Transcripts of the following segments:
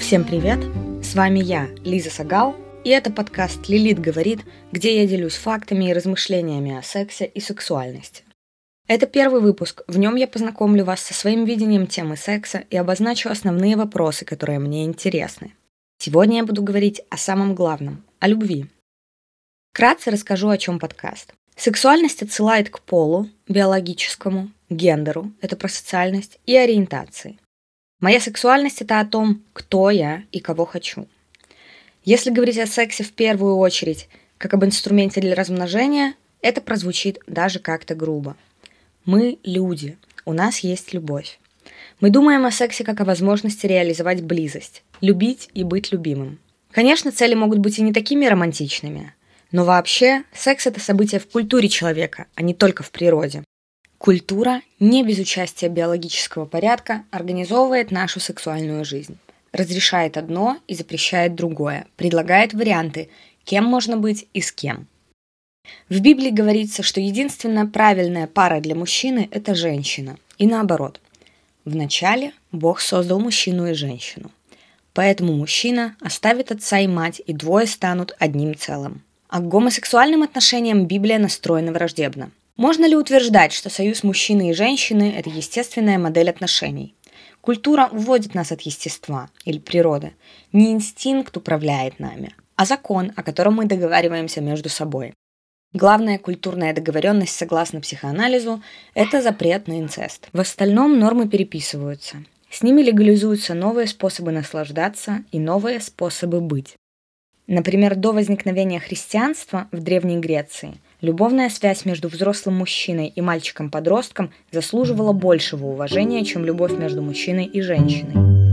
Всем привет! С вами я, Лиза Сагал, и это подкаст «Лилит говорит», где я делюсь фактами и размышлениями о сексе и сексуальности. Это первый выпуск, в нем я познакомлю вас со своим видением темы секса и обозначу основные вопросы, которые мне интересны. Сегодня я буду говорить о самом главном – о любви. Вкратце расскажу, о чем подкаст. Сексуальность отсылает к полу, биологическому, гендеру – это про социальность, и ориентации. Моя сексуальность – это о том, кто я и кого хочу. Если говорить о сексе в первую очередь, как об инструменте для размножения, это прозвучит даже как-то грубо. Мы – люди, у нас есть любовь. Мы думаем о сексе как о возможности реализовать близость, любить и быть любимым. Конечно, цели могут быть и не такими романтичными, но вообще секс – это событие в культуре человека, а не только в природе. Культура, не без участия биологического порядка, организовывает нашу сексуальную жизнь. Разрешает одно и запрещает другое, предлагает варианты, кем можно быть и с кем. В Библии говорится, что единственная правильная пара для мужчины – это женщина, и наоборот. Вначале Бог создал мужчину и женщину. Поэтому мужчина оставит отца и мать, и двое станут одним целым. А к гомосексуальным отношениям Библия настроена враждебно. Можно ли утверждать, что союз мужчины и женщины – это естественная модель отношений? Культура уводит нас от естества или природы. Не инстинкт управляет нами, а закон, о котором мы договариваемся между собой. Главная культурная договоренность, согласно психоанализу, это запрет на инцест. В остальном нормы переписываются. С ними легализуются новые способы наслаждаться и новые способы быть. Например, до возникновения христианства в Древней Греции любовная связь между взрослым мужчиной и мальчиком-подростком заслуживала большего уважения, чем любовь между мужчиной и женщиной.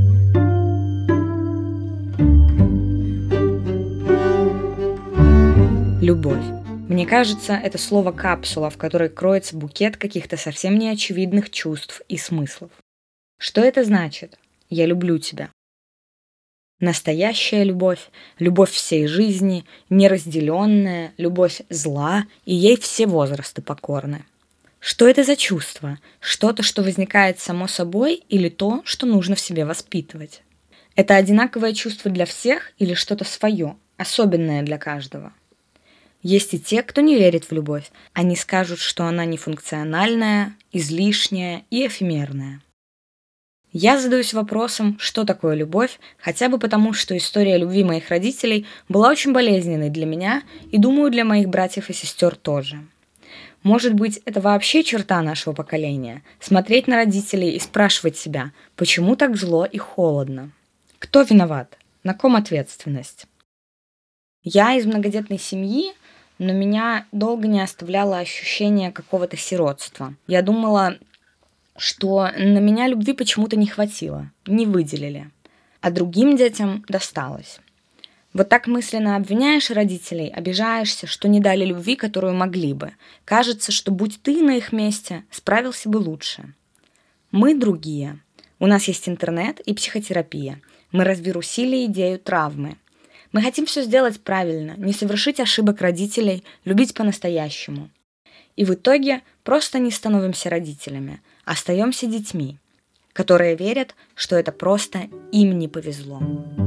Любовь. Мне кажется, это слово-капсула, в которой кроется букет каких-то совсем неочевидных чувств и смыслов. Что это значит? Я люблю тебя. Настоящая любовь, любовь всей жизни, неразделенная, любовь зла, и ей все возрасты покорны. Что это за чувство? Что-то, что возникает само собой, или то, что нужно в себе воспитывать? Это одинаковое чувство для всех или что-то свое, особенное для каждого? Есть и те, кто не верит в любовь. Они скажут, что она нефункциональная, излишняя и эфемерная. Я задаюсь вопросом, что такое любовь, хотя бы потому, что история любви моих родителей была очень болезненной для меня и, думаю, для моих братьев и сестер тоже. Может быть, это вообще черта нашего поколения – смотреть на родителей и спрашивать себя, почему так зло и холодно? Кто виноват? На ком ответственность? Я из многодетной семьи, но меня долго не оставляло ощущение какого-то сиротства. Я думала, что на меня любви почему-то не хватило, не выделили, а другим детям досталось. Вот так мысленно обвиняешь родителей, обижаешься, что не дали любви, которую могли бы. Кажется, что будь ты на их месте, справился бы лучше. Мы другие. У нас есть интернет и психотерапия. Мы развирусили идею травмы. Мы хотим все сделать правильно, не совершить ошибок родителей, любить по-настоящему. И в итоге просто не становимся родителями, остаемся детьми, которые верят, что это просто им не повезло.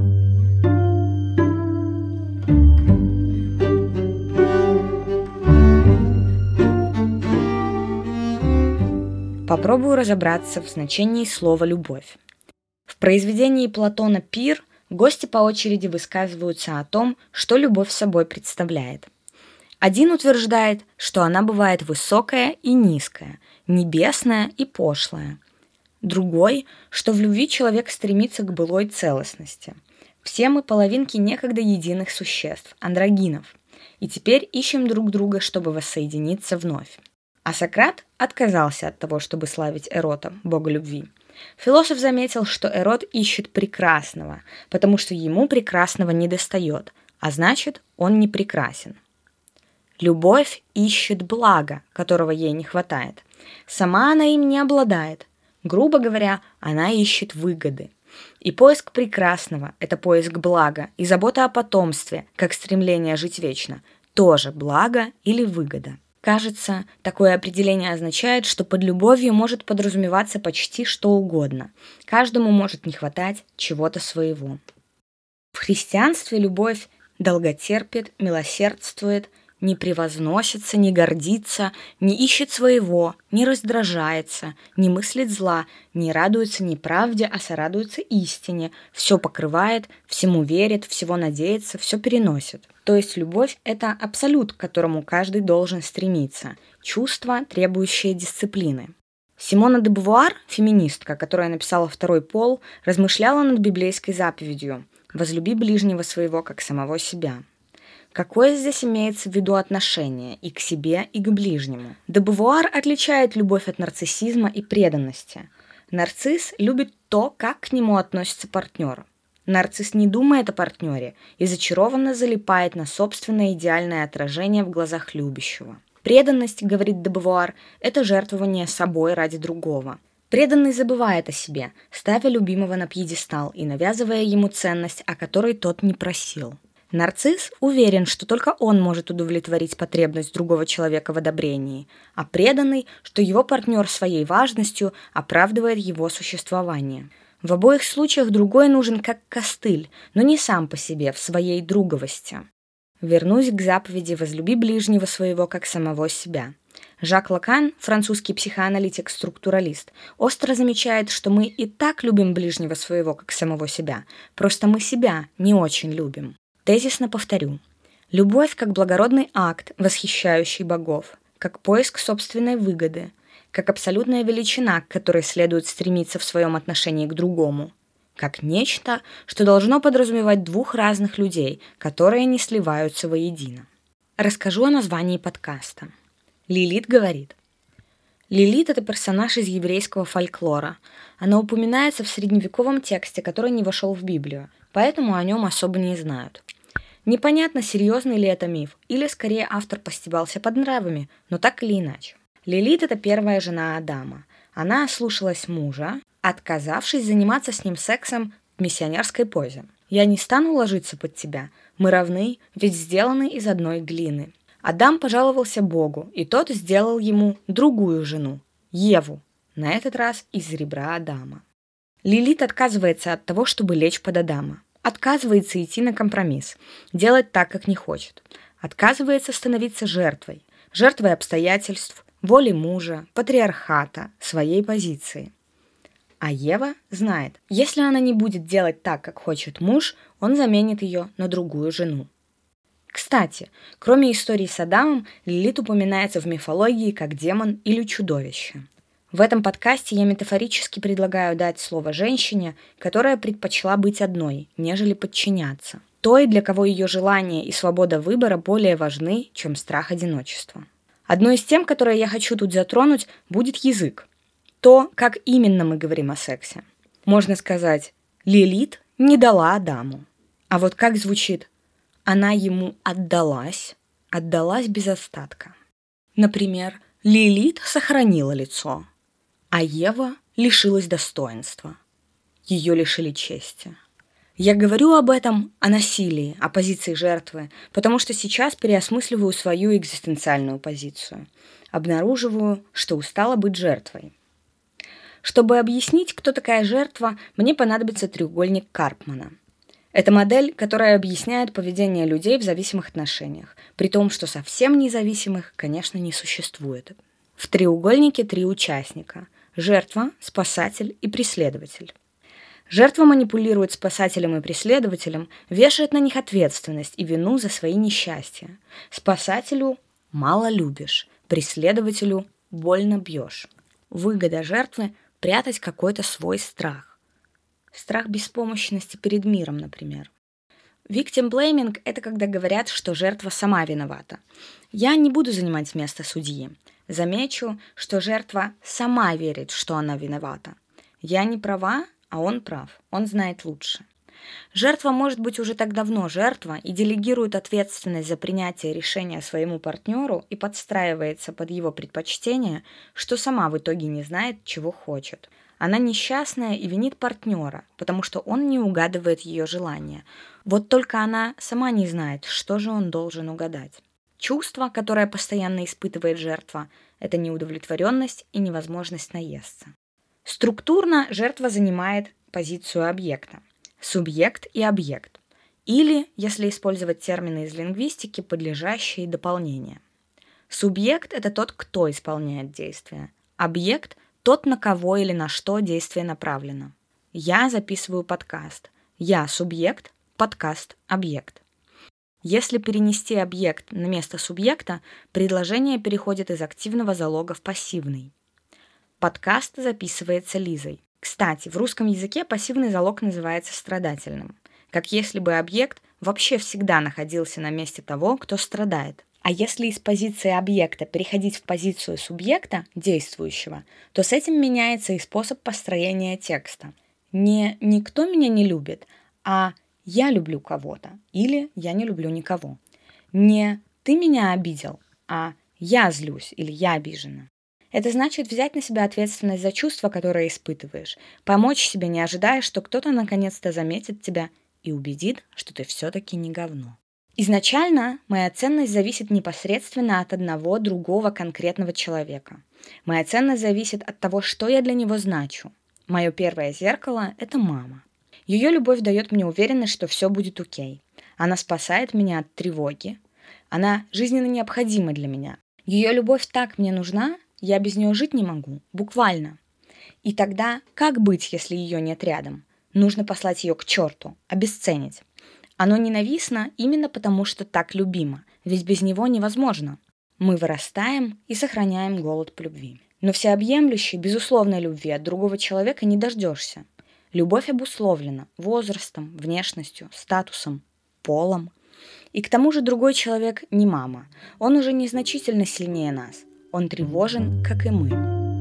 Попробую разобраться в значении слова «любовь». В произведении Платона «Пир» гости по очереди высказываются о том, что любовь собой представляет. Один утверждает, что она бывает высокая и низкая, небесная и пошлая. Другой, что в любви человек стремится к былой целостности. Все мы половинки некогда единых существ, андрогинов, и теперь ищем друг друга, чтобы воссоединиться вновь. А Сократ отказался от того, чтобы славить Эрота, бога любви. Философ заметил, что Эрот ищет прекрасного, потому что ему прекрасного недостает, а значит, он не прекрасен. Любовь ищет блага, которого ей не хватает. Сама она им не обладает. Грубо говоря, она ищет выгоды. И поиск прекрасного – это поиск блага, и забота о потомстве, как стремление жить вечно, тоже благо или выгода. Кажется, такое определение означает, что под любовью может подразумеваться почти что угодно. Каждому может не хватать чего-то своего. христианстве любовь долготерпит, милосердствует, не превозносится, не гордится, не ищет своего, не раздражается, не мыслит зла, не радуется неправде, а сорадуется истине, все покрывает, всему верит, всего надеется, все переносит. То есть любовь – это абсолют, к которому каждый должен стремиться, чувство, требующее дисциплины. Симона де Бувуар, феминистка, которая написала «Второй пол», размышляла над библейской заповедью «Возлюби ближнего своего, как самого себя». Какое здесь имеется в виду отношение и к себе, и к ближнему? Де Бувуар отличает любовь от нарциссизма и преданности. Нарцисс любит то, как к нему относится партнер. Нарцисс не думает о партнере и зачарованно залипает на собственное идеальное отражение в глазах любящего. Преданность, говорит де Бувуар, это жертвование собой ради другого. Преданный забывает о себе, ставя любимого на пьедестал и навязывая ему ценность, о которой тот не просил. Нарцисс уверен, что только он может удовлетворить потребность другого человека в одобрении, а преданный, что его партнер своей важностью оправдывает его существование. В обоих случаях другой нужен как костыль, но не сам по себе, в своей друговости. Вернусь к заповеди «Возлюби ближнего своего, как самого себя». Жак Лакан, французский психоаналитик-структуралист, остро замечает, что мы и так любим ближнего своего, как самого себя, просто мы себя не очень любим. Тезисно повторю. Любовь как благородный акт, восхищающий богов, как поиск собственной выгоды, как абсолютная величина, к которой следует стремиться в своем отношении к другому, как нечто, что должно подразумевать двух разных людей, которые не сливаются воедино. Расскажу о названии подкаста. Лилит говорит. Лилит – это персонаж из еврейского фольклора. Она упоминается в средневековом тексте, который не вошел в Библию, поэтому о нем особо не знают. Непонятно, серьезный ли это миф, или скорее автор постебался под нравами, но так или иначе. Лилит – это первая жена Адама. Она ослушалась мужа, отказавшись заниматься с ним сексом в миссионерской позе. «Я не стану ложиться под тебя, мы равны, ведь сделаны из одной глины». Адам пожаловался Богу, и тот сделал ему другую жену, Еву, на этот раз из ребра Адама. Лилит отказывается от того, чтобы лечь под Адама. Отказывается идти на компромисс, делать так, как не хочет. Отказывается становиться жертвой обстоятельств, воли мужа, патриархата, своей позиции. А Ева знает, если она не будет делать так, как хочет муж, он заменит ее на другую жену. Кстати, кроме истории с Адамом, Лилит упоминается в мифологии как демон или чудовище. В этом подкасте я метафорически предлагаю дать слово женщине, которая предпочла быть одной, нежели подчиняться. Той, для кого ее желание и свобода выбора более важны, чем страх одиночества. Одной из тем, которые я хочу тут затронуть, будет язык. То, как именно мы говорим о сексе. Можно сказать, Лилит не дала Адаму. А вот как звучит «она ему отдалась без остатка». Например, Лилит сохранила лицо, а Ева лишилась достоинства. Ее лишили чести. Я говорю об этом, о насилии, о позиции жертвы, потому что сейчас переосмысливаю свою экзистенциальную позицию. Обнаруживаю, что устала быть жертвой. Чтобы объяснить, кто такая жертва, мне понадобится треугольник Карпмана. Это модель, которая объясняет поведение людей в зависимых отношениях, при том, что совсем независимых, конечно, не существует. В треугольнике 3 участника – жертва, спасатель и преследователь. Жертва манипулирует спасателем и преследователем, вешает на них ответственность и вину за свои несчастья. Спасателю мало любишь, преследователю больно бьешь. Выгода жертвы – прятать какой-то свой страх. Страх беспомощности перед миром, например. Victim blaming – это когда говорят, что жертва сама виновата. Я не буду занимать место судьи. Замечу, что жертва сама верит, что она виновата. Я не права, а он прав. Он знает лучше. Жертва может быть уже так давно жертва и делегирует ответственность за принятие решения своему партнеру и подстраивается под его предпочтения, что сама в итоге не знает, чего хочет. Она несчастная и винит партнера, потому что он не угадывает ее желания. Вот только она сама не знает, что же он должен угадать. Чувство, которое постоянно испытывает жертва, это неудовлетворенность и невозможность наесться. Структурно жертва занимает позицию объекта. Субъект и объект. Или, если использовать термины из лингвистики, подлежащие дополнения. Субъект – это тот, кто исполняет действие. Объект – тот, на кого или на что действие направлено. Я записываю подкаст. Я субъект, подкаст – объект. Если перенести объект на место субъекта, предложение переходит из активного залога в пассивный. Подкаст записывается Лизой. Кстати, в русском языке пассивный залог называется страдательным, как если бы объект вообще всегда находился на месте того, кто страдает. А если из позиции объекта переходить в позицию субъекта, действующего, то с этим меняется и способ построения текста. Не «никто меня не любит», а «я люблю кого-то» или «я не люблю никого». Не «ты меня обидел», а «я злюсь» или «я обижена». Это значит взять на себя ответственность за чувства, которые испытываешь, помочь себе, не ожидая, что кто-то наконец-то заметит тебя и убедит, что ты все-таки не говно. Изначально моя ценность зависит непосредственно от одного другого конкретного человека. Моя ценность зависит от того, что я для него значу. Мое первое зеркало – это мама. Ее любовь дает мне уверенность, что все будет окей. Она спасает меня от тревоги. Она жизненно необходима для меня. Ее любовь так мне нужна, я без нее жить не могу, буквально. И тогда как быть, если ее нет рядом? Нужно послать ее к черту, обесценить. Оно ненавистно именно потому, что так любимо, ведь без него невозможно. Мы вырастаем и сохраняем голод по любви. Но всеобъемлющей, безусловной любви от другого человека не дождешься. Любовь обусловлена возрастом, внешностью, статусом, полом. И к тому же другой человек не мама. Он уже незначительно сильнее нас. Он тревожен, как и мы.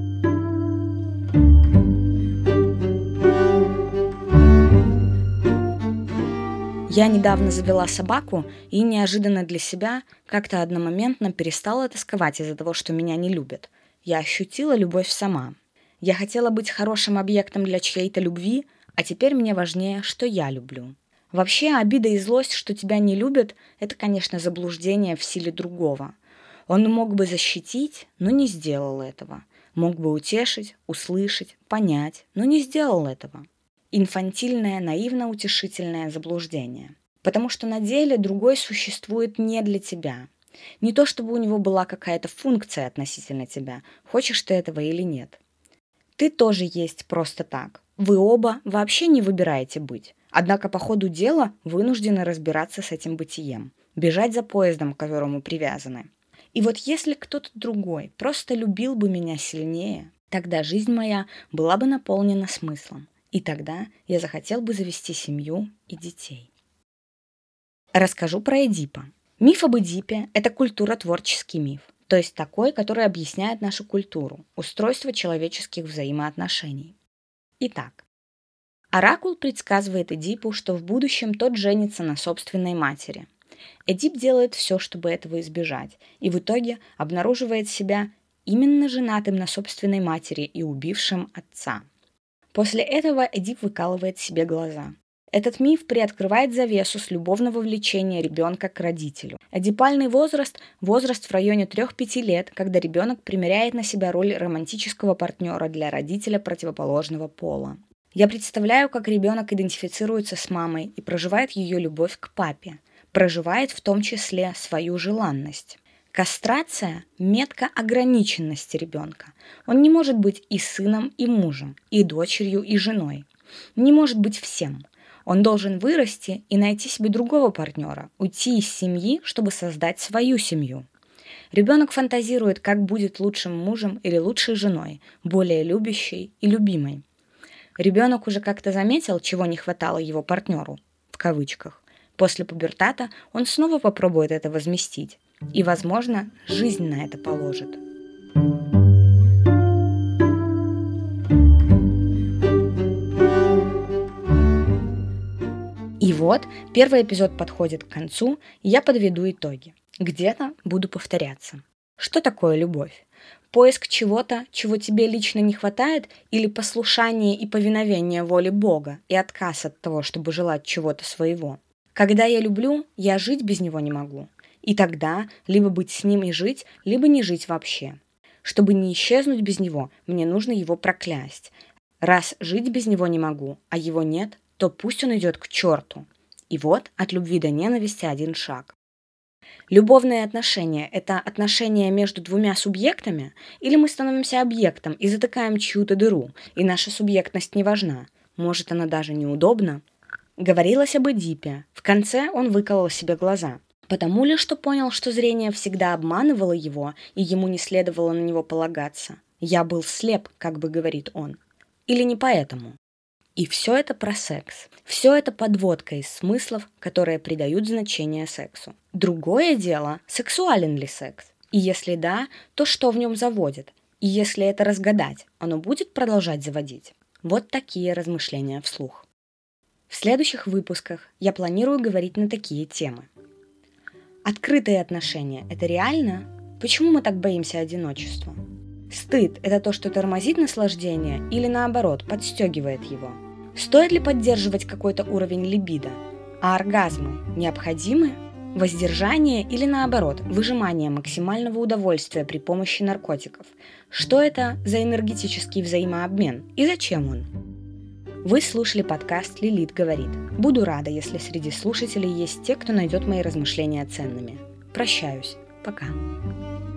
Я недавно завела собаку и неожиданно для себя как-то одномоментно перестала тосковать из-за того, что меня не любят. Я ощутила любовь сама. Я хотела быть хорошим объектом для чьей-то любви, а теперь мне важнее, что я люблю. Вообще, обида и злость, что тебя не любят, это, конечно, заблуждение в силе другого. Он мог бы защитить, но не сделал этого. Мог бы утешить, услышать, понять, но не сделал этого. Инфантильное, наивно-утешительное заблуждение. Потому что на деле другой существует не для тебя. Не то, чтобы у него была какая-то функция относительно тебя, хочешь ты этого или нет. Ты тоже есть просто так. Вы оба вообще не выбираете быть. Однако по ходу дела вынуждены разбираться с этим бытием. Бежать за поездом, к которому привязаны. И вот если кто-то другой просто любил бы меня сильнее, тогда жизнь моя была бы наполнена смыслом. И тогда я захотел бы завести семью и детей. Расскажу про Эдипа. Миф об Эдипе – это культуротворческий миф, то есть такой, который объясняет нашу культуру, устройство человеческих взаимоотношений. Итак, оракул предсказывает Эдипу, что в будущем тот женится на собственной матери. Эдип делает все, чтобы этого избежать, и в итоге обнаруживает себя именно женатым на собственной матери и убившим отца. После этого Эдип выкалывает себе глаза. Этот миф приоткрывает завесу с любовного влечения ребенка к родителю. Эдипальный возраст – возраст в районе 3-5 лет, когда ребенок примеряет на себя роль романтического партнера для родителя противоположного пола. Я представляю, как ребенок идентифицируется с мамой и проживает ее любовь к папе, проживает в том числе свою желанность. Кастрация – метка ограниченности ребенка. Он не может быть и сыном, и мужем, и дочерью, и женой. Не может быть всем. Он должен вырасти и найти себе другого партнера, уйти из семьи, чтобы создать свою семью. Ребенок фантазирует, как будет лучшим мужем или лучшей женой, более любящей и любимой. Ребенок уже как-то заметил, чего не хватало его партнеру, в кавычках. После пубертата он снова попробует это возместить. И, возможно, жизнь на это положит. И вот, первый эпизод подходит к концу, и я подведу итоги. Где-то буду повторяться. Что такое любовь? Поиск чего-то, чего тебе лично не хватает, или послушание и повиновение воле Бога и отказ от того, чтобы желать чего-то своего? Когда я люблю, я жить без него не могу. И тогда либо быть с ним и жить, либо не жить вообще. Чтобы не исчезнуть без него, мне нужно его проклясть. Раз жить без него не могу, а его нет, то пусть он идет к черту. И вот от любви до ненависти один шаг. Любовные отношения – это отношения между двумя субъектами, или мы становимся объектом и затыкаем чью-то дыру, и наша субъектность не важна, может, она даже неудобна? Говорилось об Эдипе. В конце он выколол себе глаза. Потому ли, что понял, что зрение всегда обманывало его, и ему не следовало на него полагаться? «Я был слеп», как бы говорит он. Или не поэтому? И все это про секс. Все это подводка из смыслов, которые придают значение сексу. Другое дело, сексуален ли секс? И если да, то что в нем заводит? И если это разгадать, оно будет продолжать заводить? Вот такие размышления вслух. В следующих выпусках я планирую говорить на такие темы. Открытые отношения – это реально? Почему мы так боимся одиночества? Стыд – это то, что тормозит наслаждение или наоборот, подстегивает его? Стоит ли поддерживать какой-то уровень либидо? А оргазмы необходимы? Воздержание или наоборот, выжимание максимального удовольствия при помощи наркотиков? Что это за энергетический взаимообмен и зачем он? Вы слушали подкаст «Лилит говорит». Буду рада, если среди слушателей есть те, кто найдет мои размышления ценными. Прощаюсь. Пока.